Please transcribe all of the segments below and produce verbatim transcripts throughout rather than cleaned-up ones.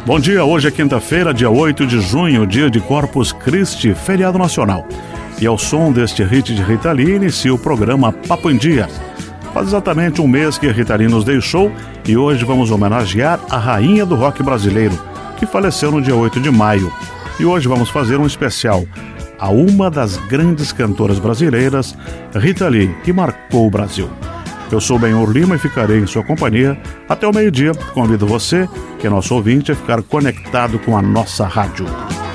Bom dia, hoje é quinta-feira, dia oito de junho, dia de Corpus Christi, feriado nacional. E ao som deste hit de Rita Lee, inicia o programa Papo em Dia. Faz exatamente um mês que Rita Lee nos deixou e hoje vamos homenagear a rainha do rock brasileiro, que faleceu no dia oito de maio. E hoje vamos fazer um especial a uma das grandes cantoras brasileiras, Rita Lee, que marcou o Brasil. Eu sou Benhur Lima e ficarei em sua companhia até o meio-dia. Convido você, que é nosso ouvinte, a ficar conectado com a nossa rádio.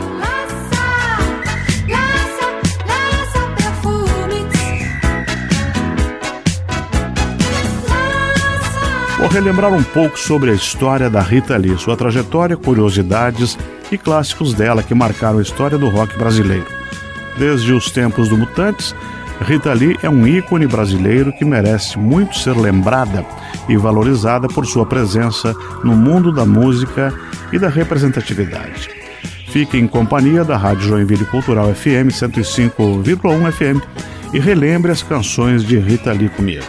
Vou relembrar um pouco sobre a história da Rita Lee, sua trajetória, curiosidades e clássicos dela que marcaram a história do rock brasileiro. Desde os tempos do Mutantes, Rita Lee é um ícone brasileiro que merece muito ser lembrada e valorizada por sua presença no mundo da música e da representatividade. Fique em companhia da Rádio Joinville Cultural F M cento e cinco vírgula um F M e relembre as canções de Rita Lee comigo.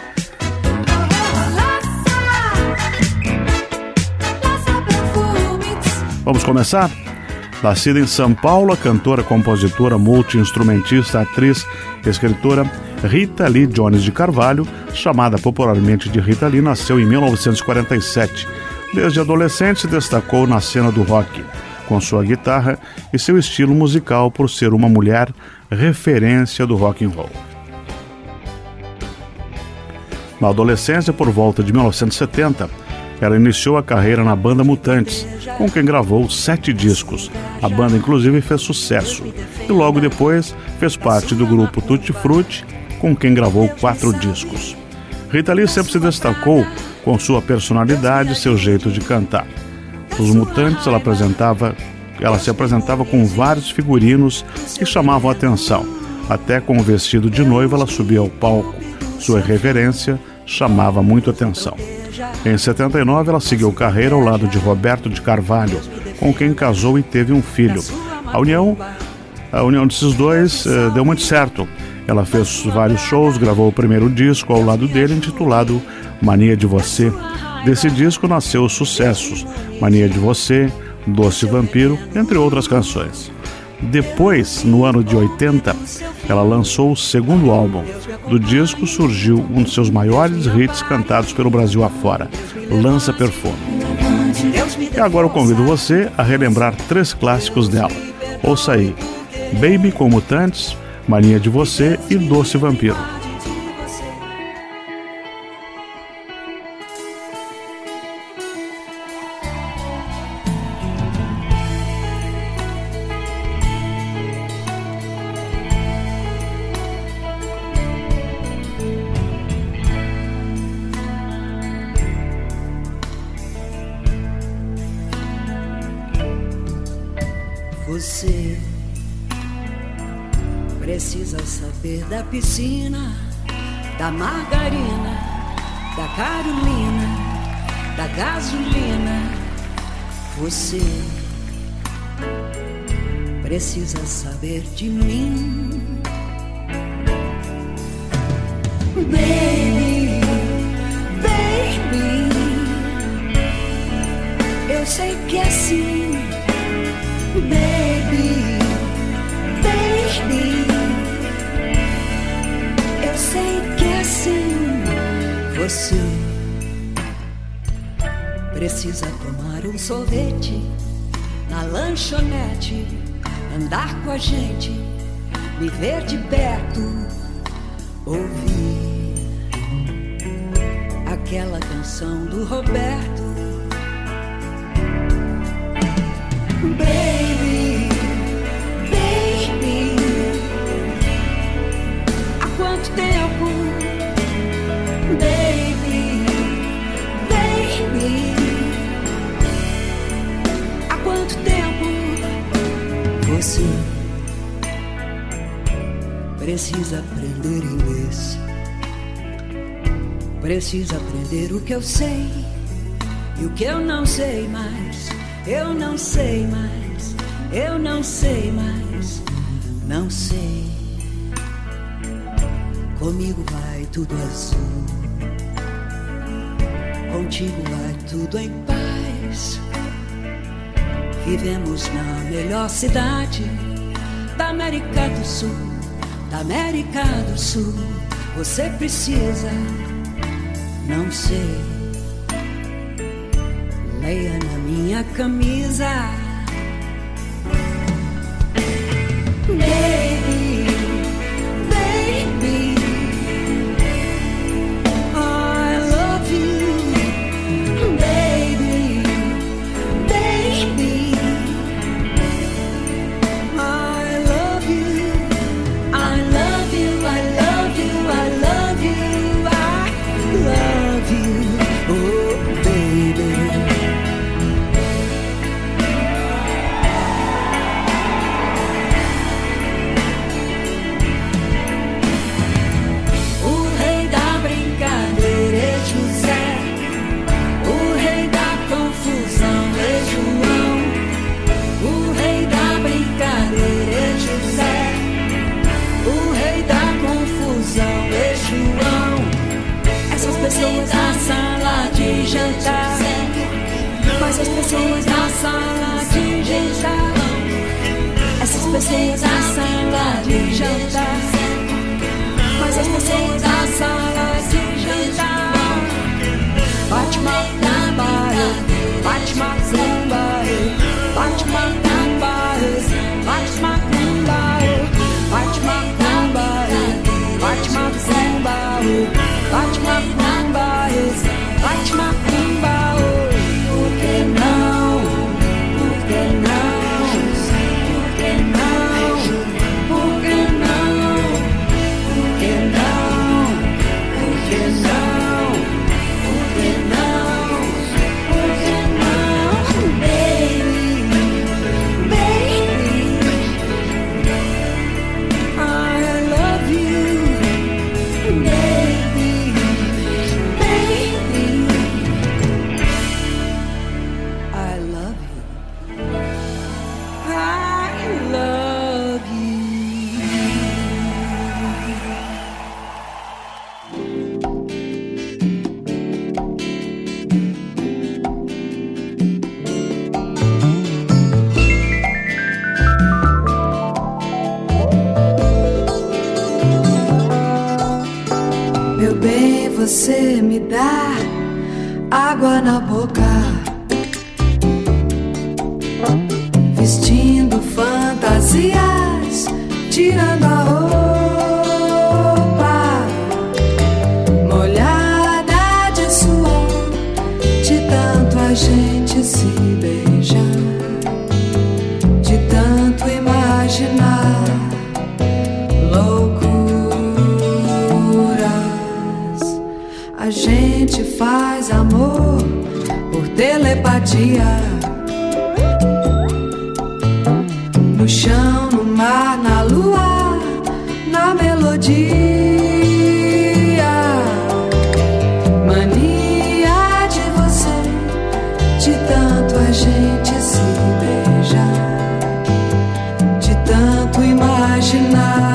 Vamos começar? Nascida em São Paulo, a cantora, compositora, multi-instrumentista, atriz, escritora Rita Lee Jones de Carvalho, chamada popularmente de Rita Lee, nasceu em mil novecentos e quarenta e sete. Desde adolescente se destacou na cena do rock, com sua guitarra e seu estilo musical por ser uma mulher referência do rock and roll. Na adolescência, por volta de mil novecentos e setenta, ela iniciou a carreira na banda Mutantes, com quem gravou sete discos. A banda, inclusive, fez sucesso. E logo depois fez parte do grupo Tutti Frutti, com quem gravou quatro discos. Rita Lee sempre se destacou com sua personalidade e seu jeito de cantar. Os Mutantes, ela, apresentava, ela se apresentava com vários figurinos que chamavam a atenção. Até com o vestido de noiva, ela subia ao palco. Sua irreverência chamava muito atenção. Em setenta e nove, ela seguiu carreira ao lado de Roberto de Carvalho, com quem casou e teve um filho. A união, a união desses dois eh, deu muito certo. Ela fez vários shows, gravou o primeiro disco ao lado dele, intitulado Mania de Você. Desse disco nasceu os sucessos Mania de Você, Doce Vampiro, entre outras canções. Depois, no ano de oitenta, ela lançou o segundo álbum. Do disco surgiu um dos seus maiores hits cantados pelo Brasil afora, Lança Perfume. E agora eu convido você a relembrar três clássicos dela. Ouça aí: Baby com Mutantes, Mania de Você e Doce Vampiro. Você precisa saber da piscina, da margarina, da Carolina, da gasolina. Você precisa saber de mim, baby, baby. Eu sei que é assim, baby, baby. Eu sei que é assim. Você precisa tomar um sorvete na lanchonete, andar com a gente, me ver de perto, ouvir aquela canção do Roberto. Baby, baby, há quanto tempo? Baby, baby, há quanto tempo? Você precisa aprender inglês, precisa aprender o que eu sei e o que eu não sei mais. Eu não sei mais, eu não sei mais, não sei. Comigo vai tudo azul, contigo vai tudo em paz. Vivemos na melhor cidade da América do Sul, da América do Sul. Você precisa, não sei, leia na minha camisa. Baby, baby, I love you. Baby, baby, I love you. I love you, I love you, I love you, I love you. Oh, baby. Pessoas na sala de jantar, mas as pessoas na sala de jantar, essas pessoas na sala de jantar, mas as pessoas na sala de jantar. Bate macumba, bate macumba, bate macumba, bate macumba, bate macumba, bate macumba, bate macumba. Bate macumba, por que não? Por que não? Por que não? Por que não? Por que não? Por que não? Por que não? Por que não? Baby, baby, I love you, baby. Meu bem, você me dá água na boca, vestindo fantasias, tirando a roupa, molhada de suor, de tanto a gente se beijar, de tanto imaginar loucuras. A gente faz amor por telepatia, no chão, no mar, na lua, na melodia. Mania de você, de tanto a gente se beijar, de tanto imaginar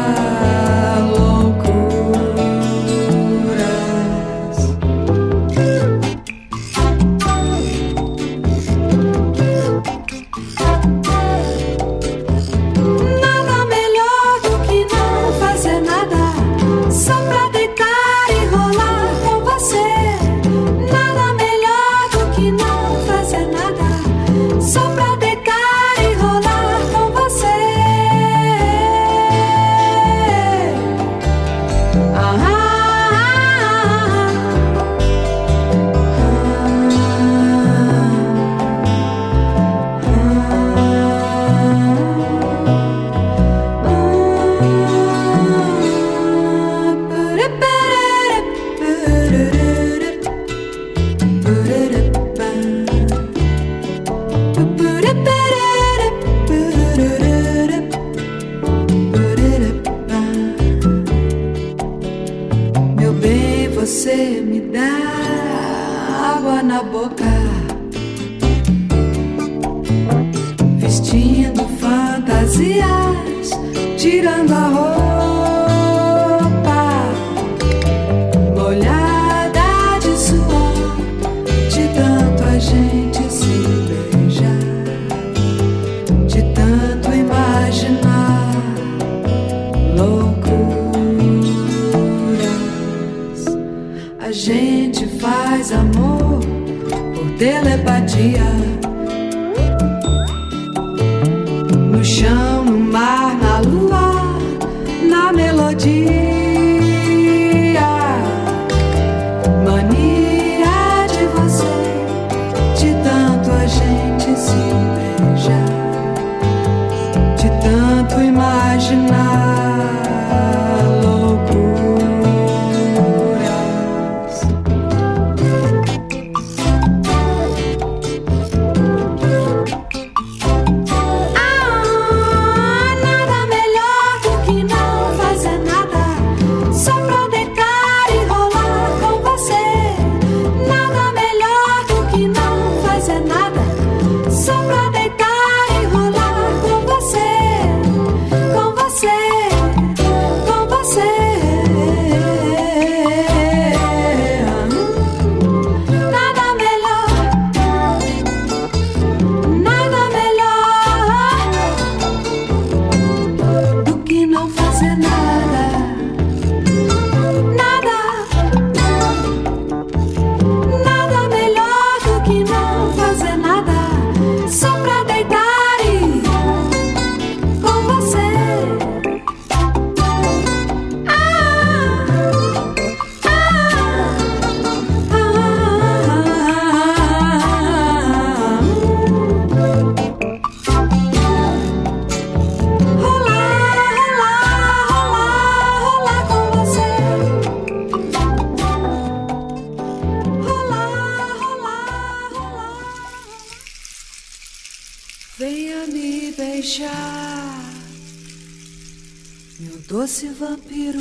você me dá água na boca, vestindo fantasias, tirando a roupa, molhada de suor, de tanto a gente se beijar, A gente faz amor por telepatia. No chão, no mar, na lua, na melodia. Mania de você, de tanto a gente se beijar, de tanto imaginar. Venha me beijar, meu doce vampiro.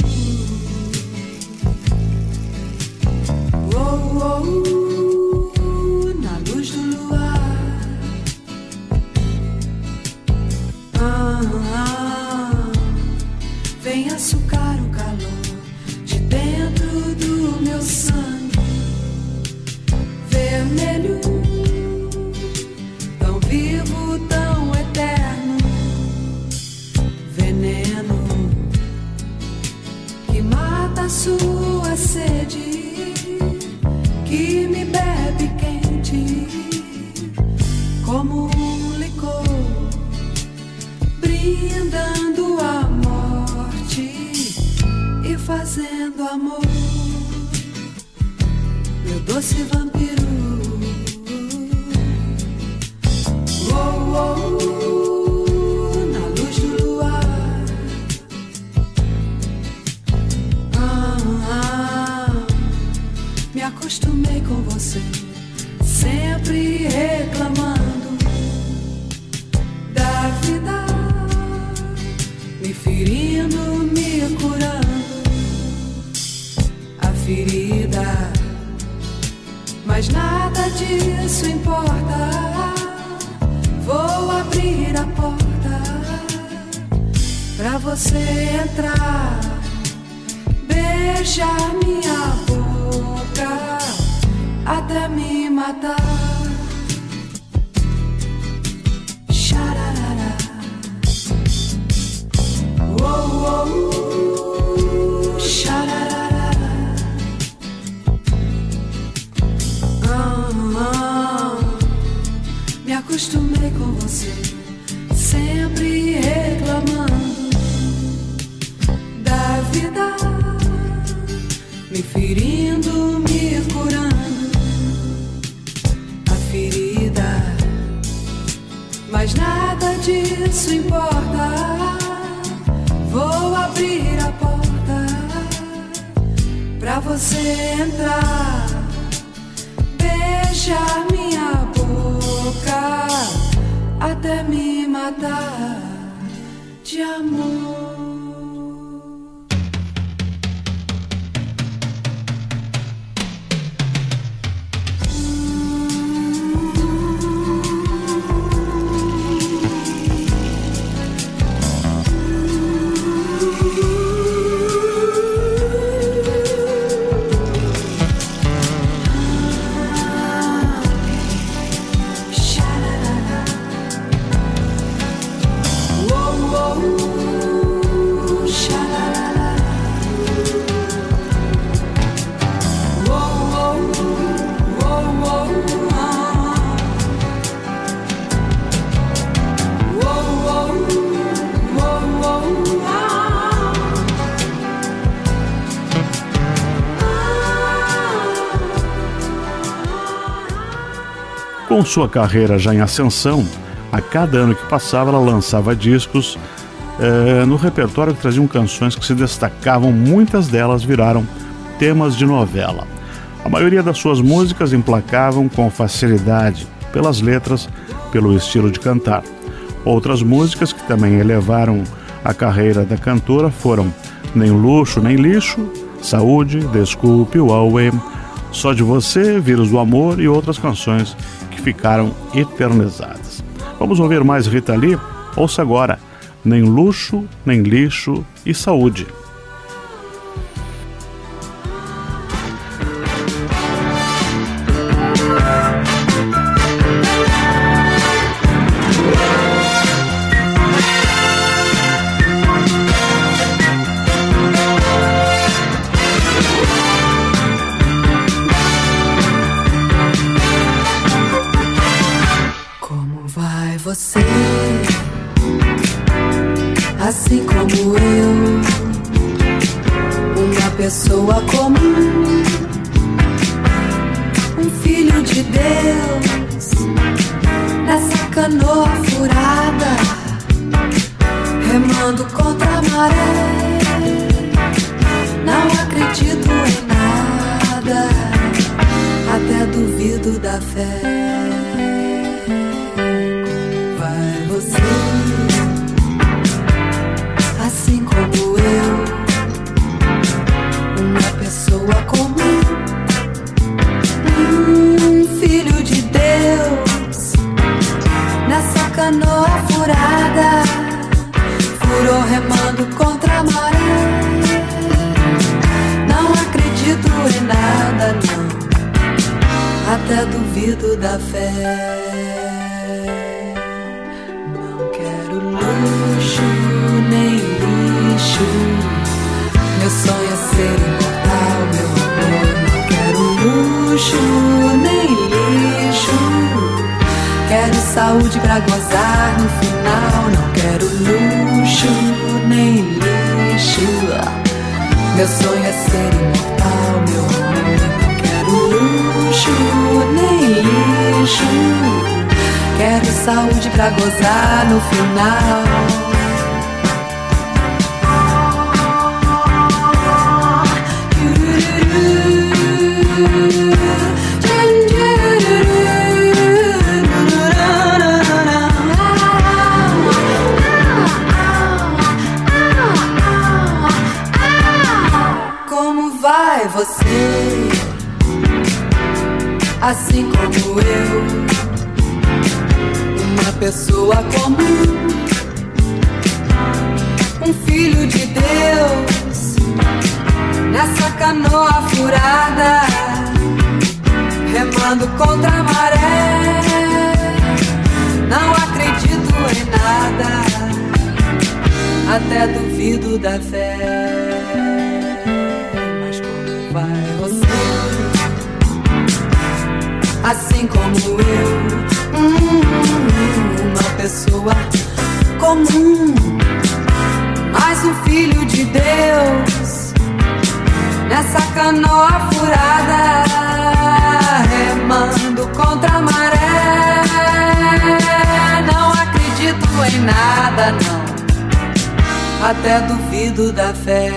Oh, oh, na luz do luar. Ah, ah, vem açucar o calor de dentro do meu sangue vermelho, tão vivo, tão eterno, veneno que mata a sua sede, que me bebe quente como um licor, brindando a morte e fazendo amor, meu doce vampiro. Oh, oh, na luz do luar. Ah, ah, me acostumei com você, sempre reclamando da vida, me ferindo, me curando a ferida, mas nada disso importa. Vou abrir a porta pra você entrar, beijar minha boca até me matar. Xararara. Oh, oh, xararara. Ah, ah, me acostumei com você, sempre reclamando da vida, me ferindo, me curando a ferida, mas nada disso importa. Vou abrir a porta pra você entrar, beijar minha boca até me matar de amor. Oh, Com sua carreira já em ascensão, a cada ano que passava ela lançava discos eh, no repertório que traziam canções que se destacavam, muitas delas viraram temas de novela. A maioria das suas músicas emplacavam com facilidade pelas letras, pelo estilo de cantar. Outras músicas que também elevaram a carreira da cantora foram Nem Luxo, Nem Lixo, Saúde, Desculpe, Huawei, Só de Você, Vírus do Amor e outras canções que ficaram eternizadas. Vamos ouvir mais Rita Lee? Ouça agora Nem Luxo, Nem Lixo e Saúde. Você, assim como eu, uma pessoa comum, um filho de Deus, nessa canoa furada, remando contra a maré. Não acredito em nada, até duvido da fé. Assim como eu, uma pessoa comum, um filho de Deus, nessa canoa furada, furou remando contra a maré. Não acredito em nada, não, até duvido da fé. Luxo, nem lixo, meu sonho é ser imortal, meu amor. Não quero luxo, nem lixo, quero saúde pra gozar no final. Não quero luxo, nem lixo, meu sonho é ser imortal, meu amor. Não quero luxo, nem lixo, quero saúde pra gozar no final. Como vai você? Assim como eu, uma pessoa comum, um filho de Deus, nessa canoa furada, remando contra a maré. Não acredito em nada, até duvido da fé. Mas como vai você? Assim como eu, uma pessoa comum, mais um filho de Deus, nessa canoa furada, remando contra a maré. Não acredito em nada, não, até duvido da fé.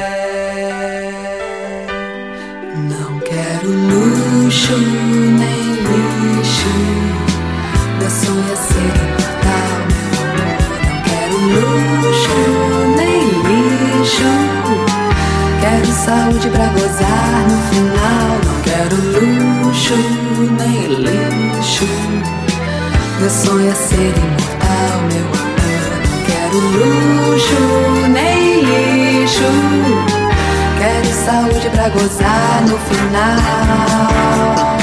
Não quero luxo, nem lixo, meu sonho é ser imortal, meu amor. Não quero luxo, nem lixo, quero saúde pra gozar no final. Não quero luxo, nem lixo, meu sonho é ser imortal, meu amor. Não quero luxo, nem lixo, quero saúde pra gozar no final.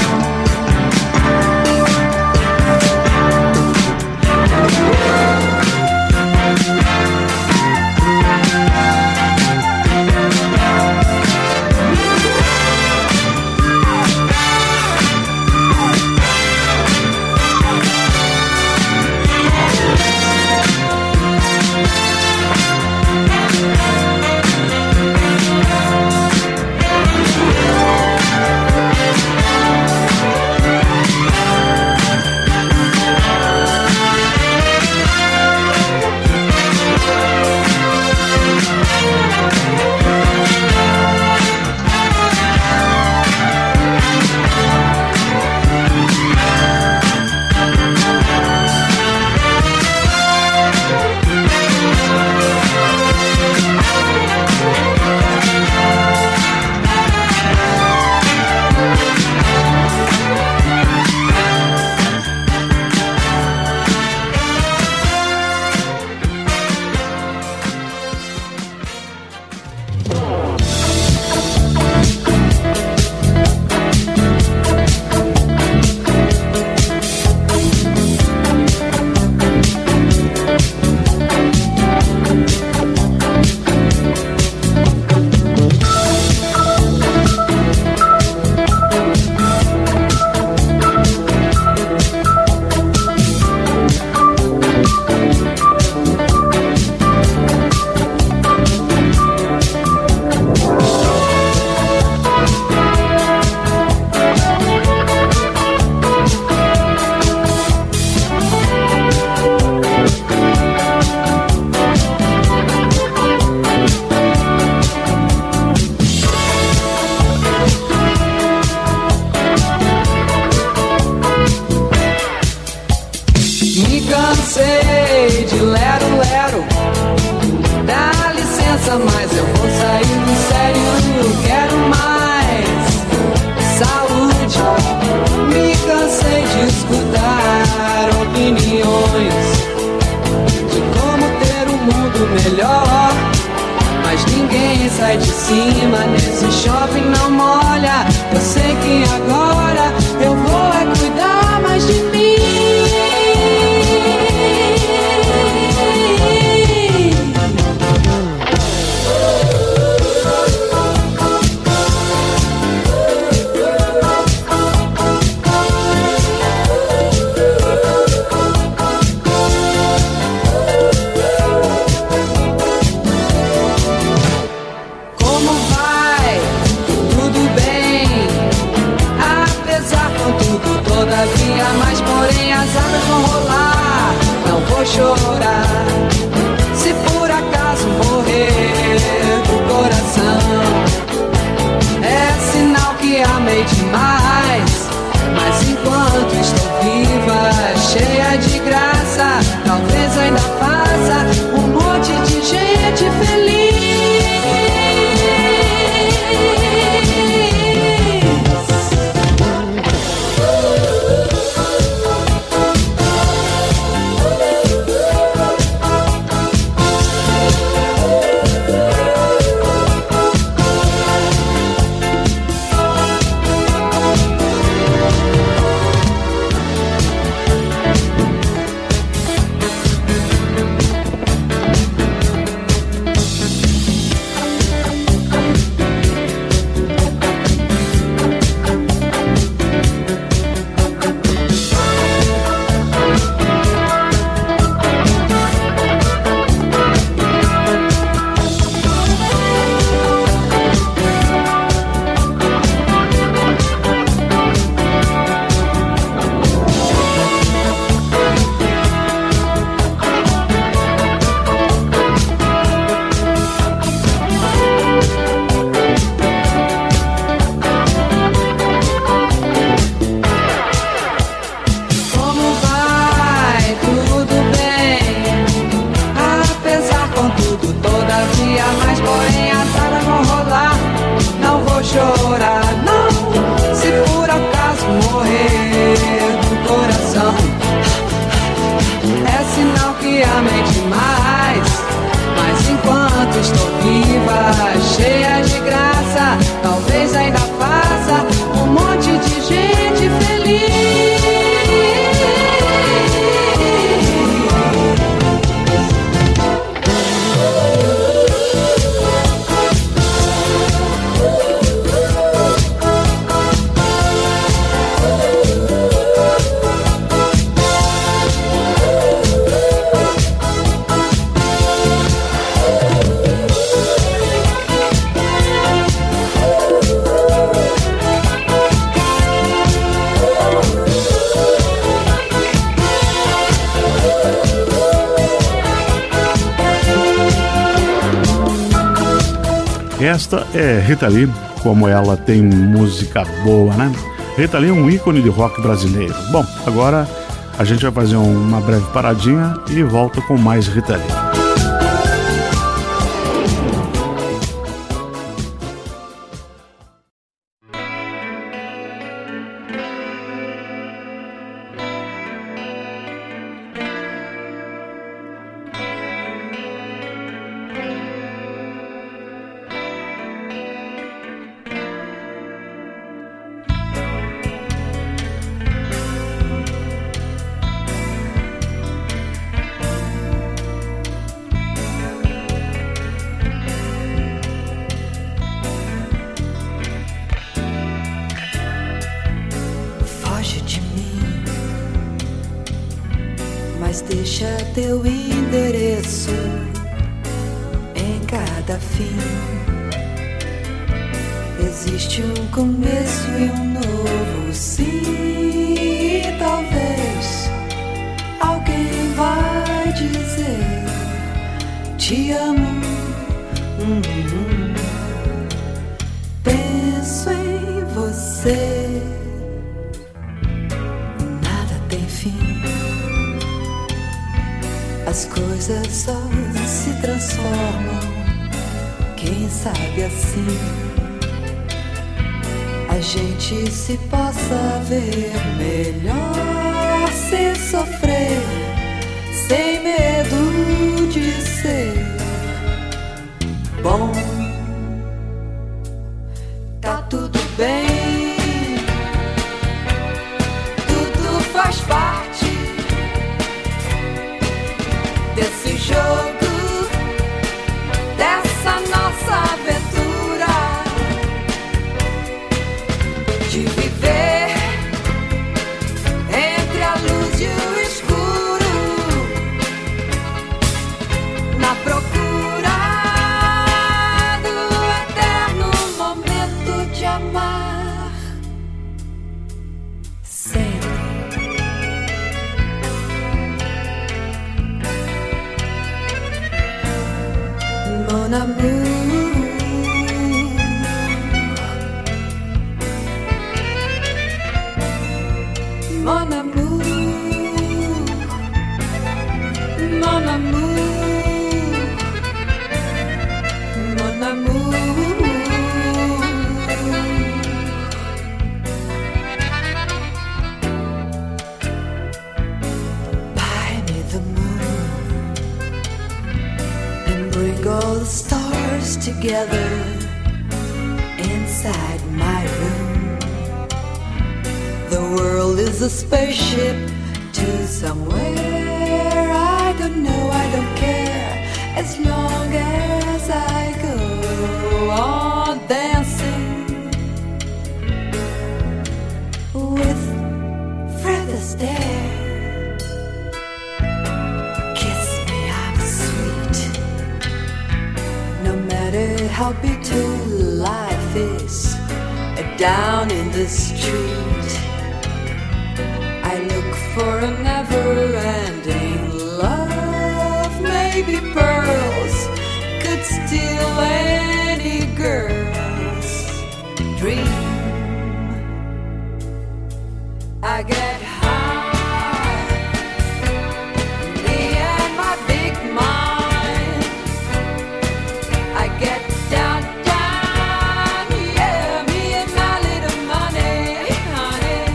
força, mas eu vou sair do sério. Quero mais saúde. Me cansei de escutar opiniões de como ter um mundo melhor, mas ninguém sai de cima nesse shopping, não molha. Eu sei que agora eu vou é cuidar mais de mim. Mas porém as águas vão rolar, não vou chorar. Se por acaso morrer do coração, é sinal que amei demais. Mas enquanto estou viva, cheia de graça, talvez ainda faça um monte de gente feliz. Esta é Rita Lee, como ela tem música boa, né? Rita Lee é um ícone de rock brasileiro. Bom, agora a gente vai fazer uma breve paradinha e volta com mais Rita Lee. Deixa teu endereço em cada fim. Existe um começo e um novo sim. Talvez alguém vai dizer te amo. Hum, penso em você. Nada tem fim. As coisas só se transformam quem sabe assim a gente se possa ver melhor sem sofrer, sem medo de ser bom. Tá tudo bem, tudo faz parte desse jogo, dessa nossa aventura de viver entre a luz e o escuro, na procura do eterno momento de amar sempre. Mon amour, mon amour, mon amour, mon amour. Buy me the moon and bring all the stars together inside my room. The world is a spaceship to somewhere I don't know, I don't care, as long as I go on dancing with Fred Astaire. Kiss me, I'm sweet, no matter how bitter life is down in the street. I look for a never-ending love. Maybe pearls could steal any girl's dream. I get high, me and my big mind. I get down, down, yeah, me and my little money, honey.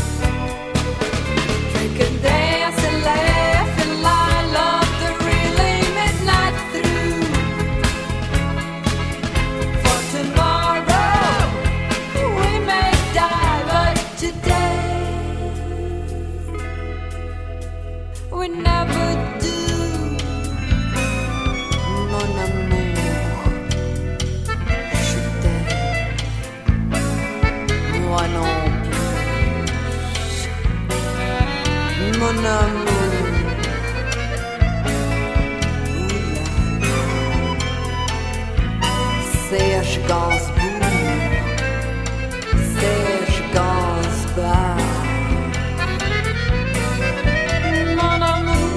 Drink and dance and laugh and lie, love the really midnight through. For tomorrow we may die, but today we never do. Mon amour, je t'aime, moi non plus. Mon amour, oulala, Serge Gainsbourg, Serge Gainsbourg. Mon amour.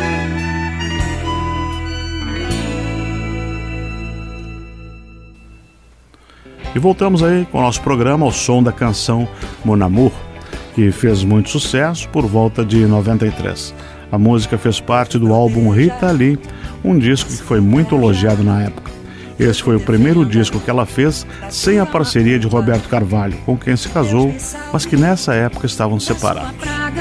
E voltamos aí com o nosso programa ao som da canção Mon Amour, que fez muito sucesso por volta de noventa e três. A música fez parte do álbum Rita Lee, um disco que foi muito elogiado na época. Esse foi o primeiro disco que ela fez sem a parceria de Roberto Carvalho, com quem se casou, mas que nessa época estavam separados.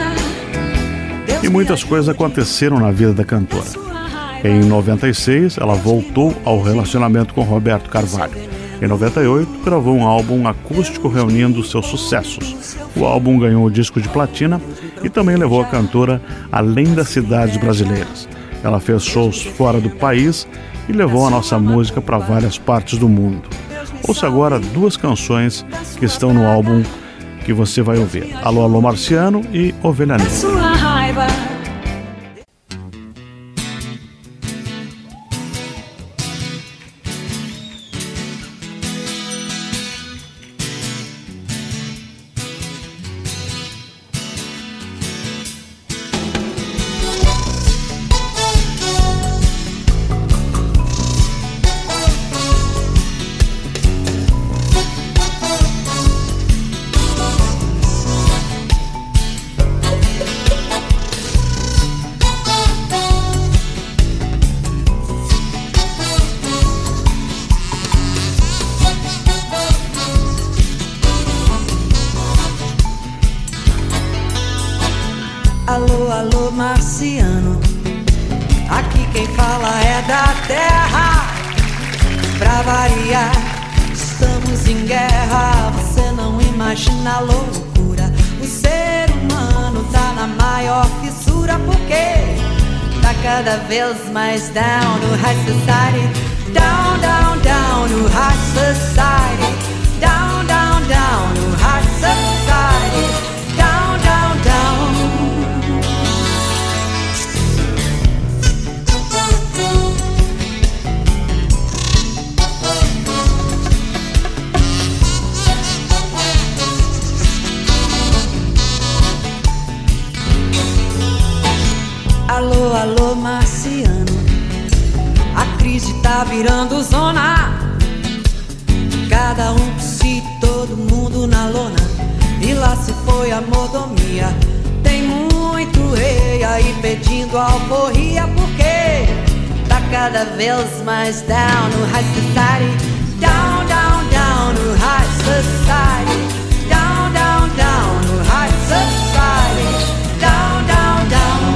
E muitas coisas aconteceram na vida da cantora. Em noventa e seis, ela voltou ao relacionamento com Roberto Carvalho. Em noventa e oito, gravou um álbum acústico reunindo seus sucessos. O álbum ganhou o disco de platina e também levou a cantora além das cidades brasileiras. Ela fez shows fora do país e levou a nossa música para várias partes do mundo. Ouça agora duas canções que estão no álbum que você vai ouvir: Alô, Alô Marciano e Ovelha Negra. alô, marciano. Aqui quem fala é da terra. Pra variar, estamos em guerra. Você não imagina a loucura. O ser humano tá na maior fissura. Porque tá cada vez mais down no high society. Down, down, down no high society. Down, down, down no high society. Down, down, down. Alô, alô, marciano. A crise tá virando zona. Cada um por si, todo mundo na lona. E lá se foi a mordomia. Tem muito rei aí pedindo alforria. Porque tá cada vez mais down no high society. Down, down, down no high society. Down, down, down no high society. Down, down, down.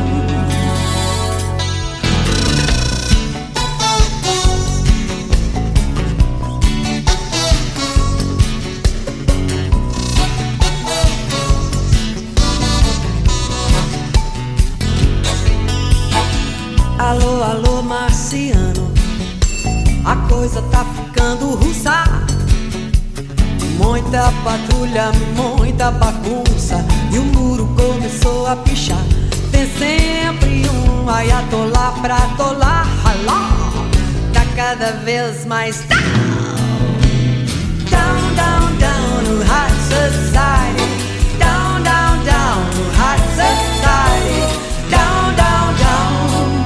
Alô, alô, marciano. A coisa tá ficando russa. Muita patrulha, muita bagunça. E o muro começou a pichar. Tem sempre um ayatolá pra atolar. Tá cada vez mais down. Down, down, down no high society. Down, down, down no high society. Down, down, down.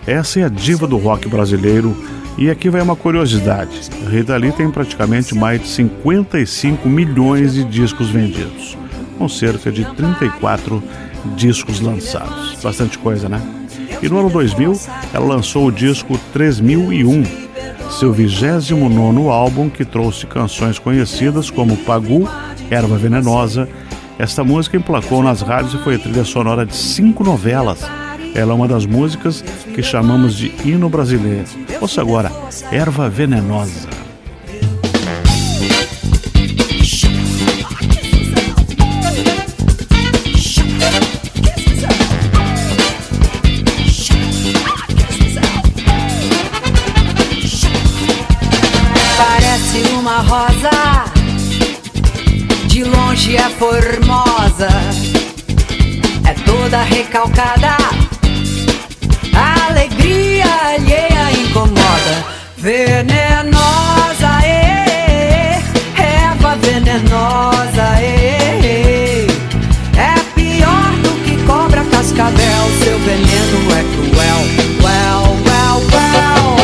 Essa é a diva do rock brasileiro. E aqui vai uma curiosidade. Rita Lee tem praticamente mais de cinquenta e cinco milhões de discos vendidos, com cerca de trinta e quatro discos lançados. Bastante coisa, né? E no ano dois mil, ela lançou o disco três mil e um, seu vigésimo nono álbum, que trouxe canções conhecidas como Pagu, Erva Venenosa. Esta música emplacou nas rádios e foi a trilha sonora de cinco novelas. Ela é uma das músicas que chamamos de hino brasileiro. Ouça agora, Erva Venenosa. Parece uma rosa, de longe é formosa, é toda recalcada, a alegria alheia incomoda. Venenosa, ê, erva venenosa, ê, é pior do que cobra cascavel, seu veneno é cruel, well, well, well.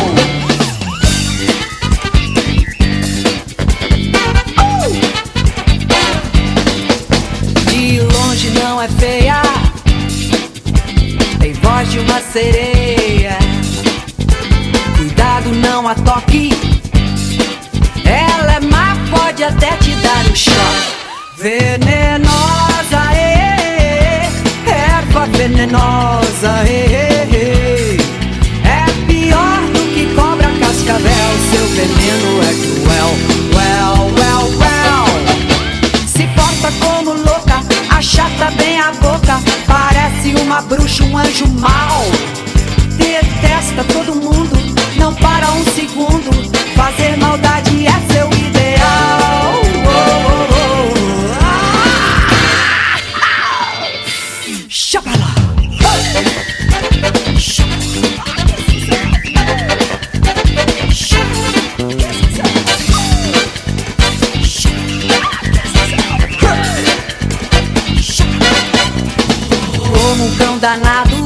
De longe não é feia, tem voz de uma sereia. Cuidado, não a toque, ela é má, pode até te dar um choque. Venenosa, ê, erva venenosa, ê, é pior do que cobra cascavel, seu veneno é cruel, well, well, well. Se porta como louca, achata bem a boca, parece uma bruxa, um anjo mau. Detesta todo mundo, não para um segundo, fazer maldade é seu ideal. Oh, oh, oh. Ah, ah. Deixa pra lá. Como um cão danado,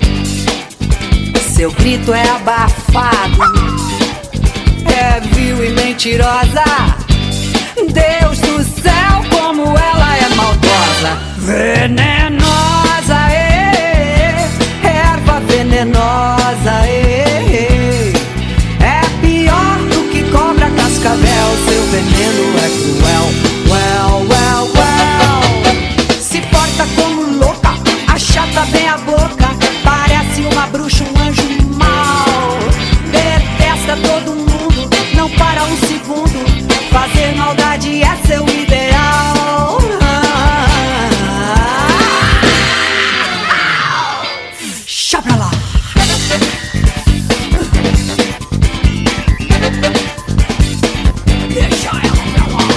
seu grito é abafado, é vil e mentirosa. Deus do céu, como ela é maldosa. Venenosa, ê, erva venenosa, ê, é pior do que cobra cascavel, seu veneno é cruel, well, well, well. Se porta como louca, achata bem a boca, parece uma bruxa, um anjo mau. Detesta todo mundo, não para um segundo, fazer maldade é seu ideal. Chá pra lá. Deixa ela pra lá.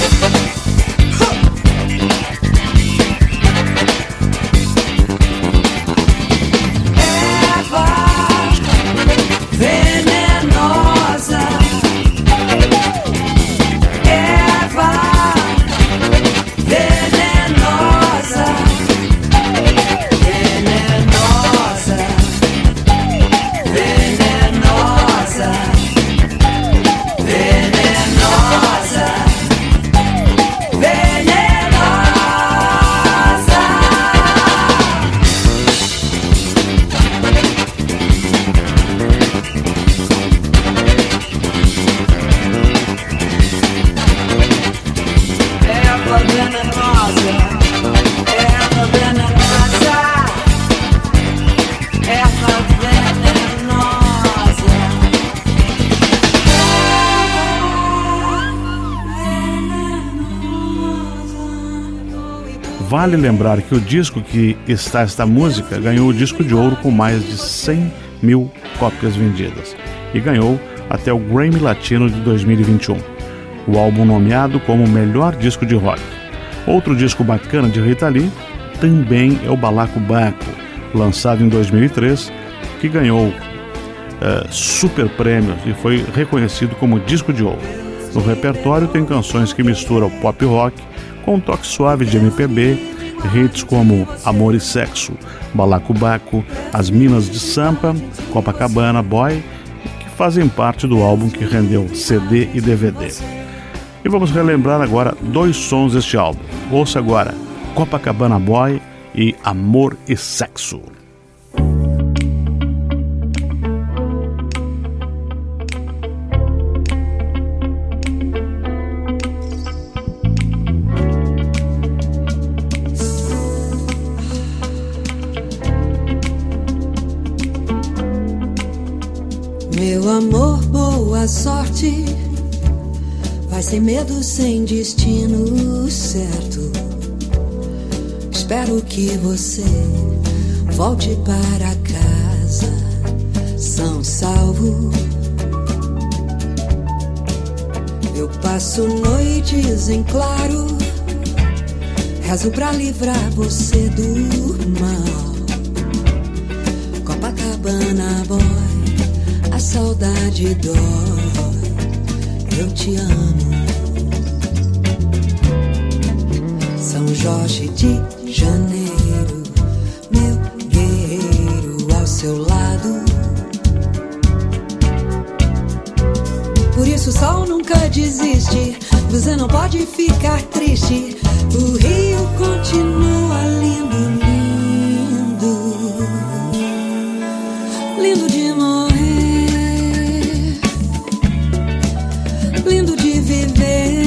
Vale lembrar que o disco que está esta música ganhou o disco de ouro com mais de cem mil cópias vendidas e ganhou até o Grammy Latino de dois mil e vinte e um. O álbum nomeado como o melhor disco de rock. Outro disco bacana de Rita Lee também é o Balacobaco, lançado em dois mil e três, que ganhou uh, super prêmios e foi reconhecido como disco de ouro. No repertório tem canções que misturam pop rock com um toque suave de M P B Hits como Amor e Sexo, Balacobaco, As Minas de Sampa, Copacabana Boy, que fazem parte do álbum que rendeu C D e D V D. E vamos relembrar agora dois sons deste álbum. Ouça agora Copacabana Boy e Amor e Sexo. Meu amor, boa sorte. Vai sem medo, sem destino certo. Espero que você volte para casa são salvo. Eu passo noites em claro, rezo pra livrar você do mal. Copacabana Boy, a saudade dói, eu te amo. São Jorge de Janeiro, meu guerreiro ao seu lado. Por isso o sol nunca desiste, você não pode ficar triste. O Rio continua lindo, lindo, lindo de morrer, lindo de viver.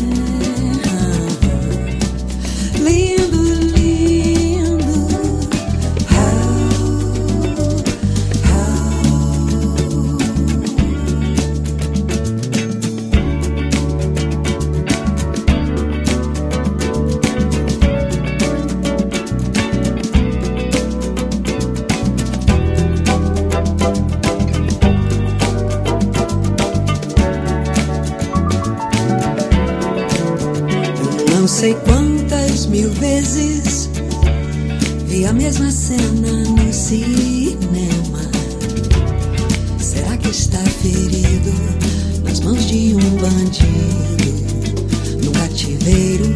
Não sei quantas mil vezes vi a mesma cena no cinema. Será que está ferido nas mãos de um bandido, num cativeiro?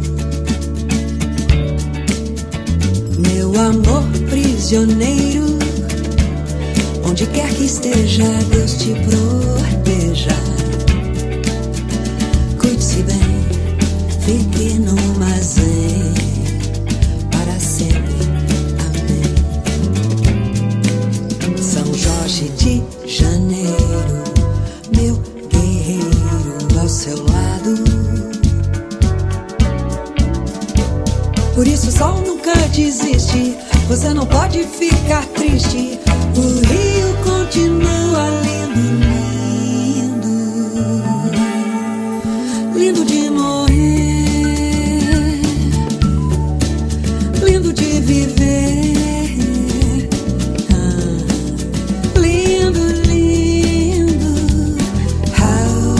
Meu amor prisioneiro, onde quer que esteja, Deus te proteja. Cuide-se bem, fique no armazém para sempre, amém. São Jorge de Janeiro, meu guerreiro ao seu lado. Por isso o sol nunca desiste, você não pode ficar triste. O Rio continua lindo, lindo, lindo de morrer, lindo de viver, ah, lindo, lindo, how,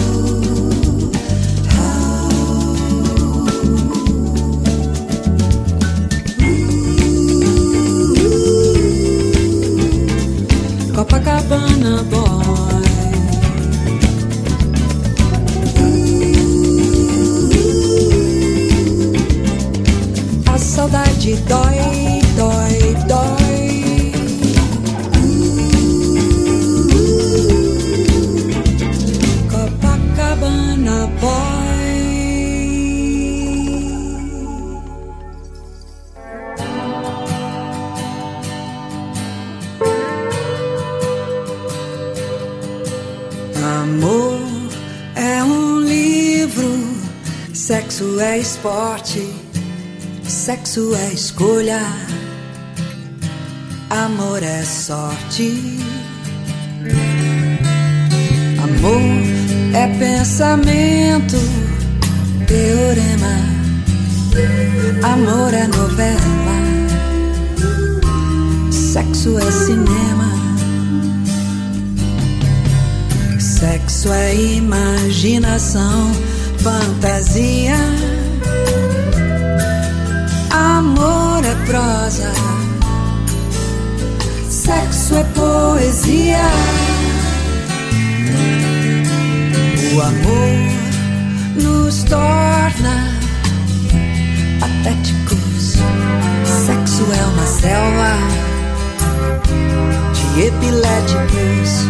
how. Uh, Copacabana Boy, uh, a saudade dói, dói, dói. Uh, Copacabana Boy. Amor é um livro, sexo é esporte, sexo é escolha, amor é sorte. Amor é pensamento, teorema, amor é novela, sexo é cinema. Sexo é imaginação, fantasia, amor é prosa, sexo é poesia. O amor nos torna patéticos, selva de epiléticos.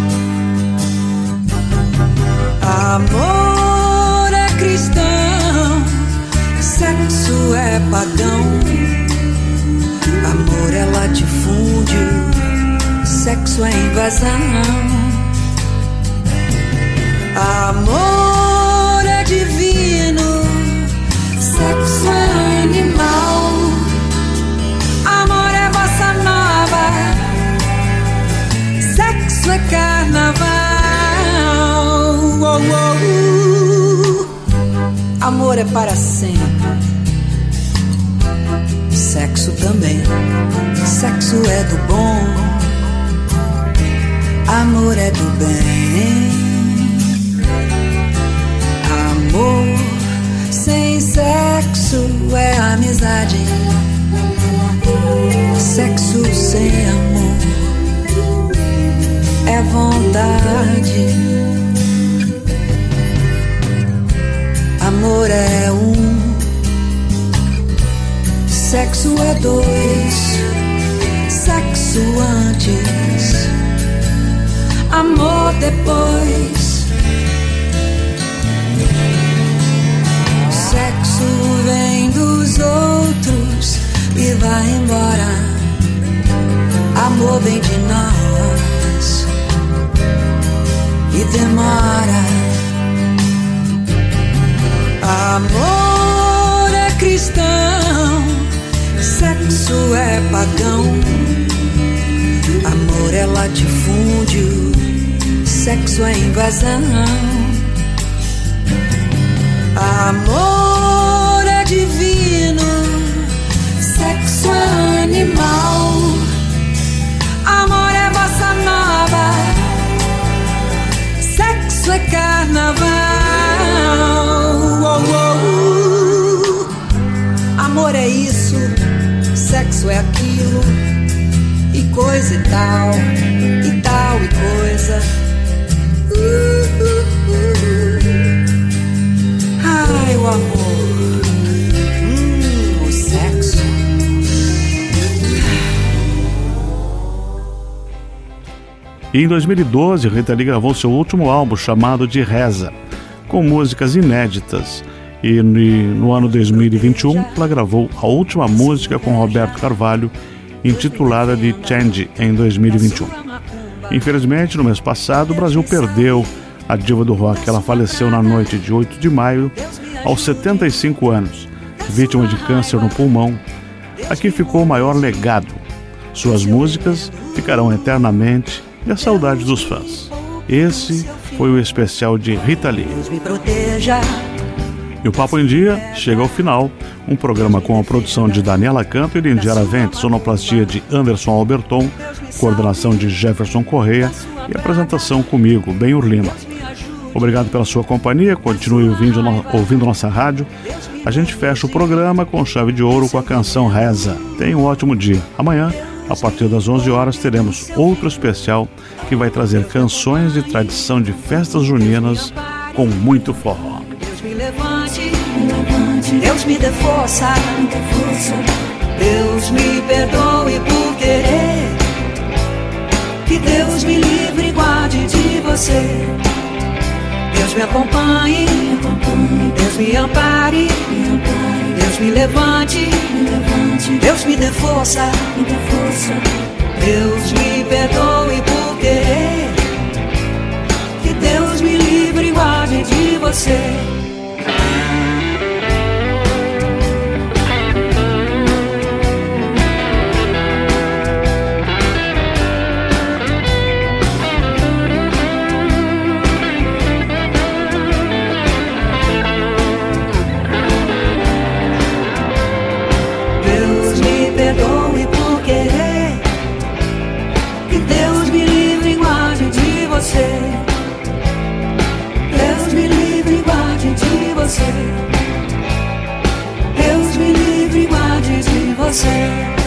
Amor é cristão, sexo é pagão. Amor é latifúndio, sexo é invasão. Amor é divino, sexo é animal. Amor é bossa nova, sexo é carnaval. Oh, oh, uh. Amor é para sempre, sexo também. Sexo é do bom, amor é do bem. Amor sem sexo é amizade. Sexo sem amor é vontade. Amor é um, sexo é dois. Sexo antes, amor depois. Sexo vem dos outros e vai embora. Amor vem de nós e demora. Amor é cristão, sexo é pagão. Amor é latifúndio, sexo é invasão. Amor é divino, sexo é animal. Amor é bossa nova, sexo é carnaval. Oh, oh, uh. Amor é isso, sexo é aquilo, e coisa e tal, e tal e coisa. Uh, uh, uh. Ai, o amor, hum, o sexo. E em dois mil e doze, Rita Lee gravou seu último álbum chamado De Reza, com músicas inéditas. E no ano dois mil e vinte e um, ela gravou a última música com Roberto Carvalho, intitulada de Change, em dois mil e vinte e um. Infelizmente, no mês passado, o Brasil perdeu a diva do rock. Ela faleceu na noite de oito de maio, aos setenta e cinco anos, vítima de câncer no pulmão. Aqui ficou o maior legado. Suas músicas ficarão eternamente e a saudade dos fãs. Esse foi o especial de Rita Lee. Deus me proteja. E o Papo em Dia chega ao final, um programa com a produção de Daniela Canto e Lindy Aravente, sonoplastia de Anderson Alberton, coordenação de Jefferson Correia e apresentação comigo, Benhur Lima. Obrigado pela sua companhia, continue ouvindo, ouvindo nossa rádio. A gente fecha o programa com chave de ouro com a canção Reza. Tenha um ótimo dia. Amanhã, a partir das onze horas, teremos outro especial que vai trazer canções de tradição de festas juninas com muito forró. Deus me levante, me levante. Deus me dê força, me dê força. Deus me perdoe por querer. Que Deus me livre e guarde de você. Deus me acompanhe, me acompanhe. Deus me ampare, me ampare. Deus me levante, me levante. Deus me dê força, me dê força. Deus me perdoe por querer. Que Deus me livre e guarde de você. Deus me perdoe por querer. Que Deus me livre e guarde de você. Deus me livre e guarde de você. Deus me livre e guarde de você.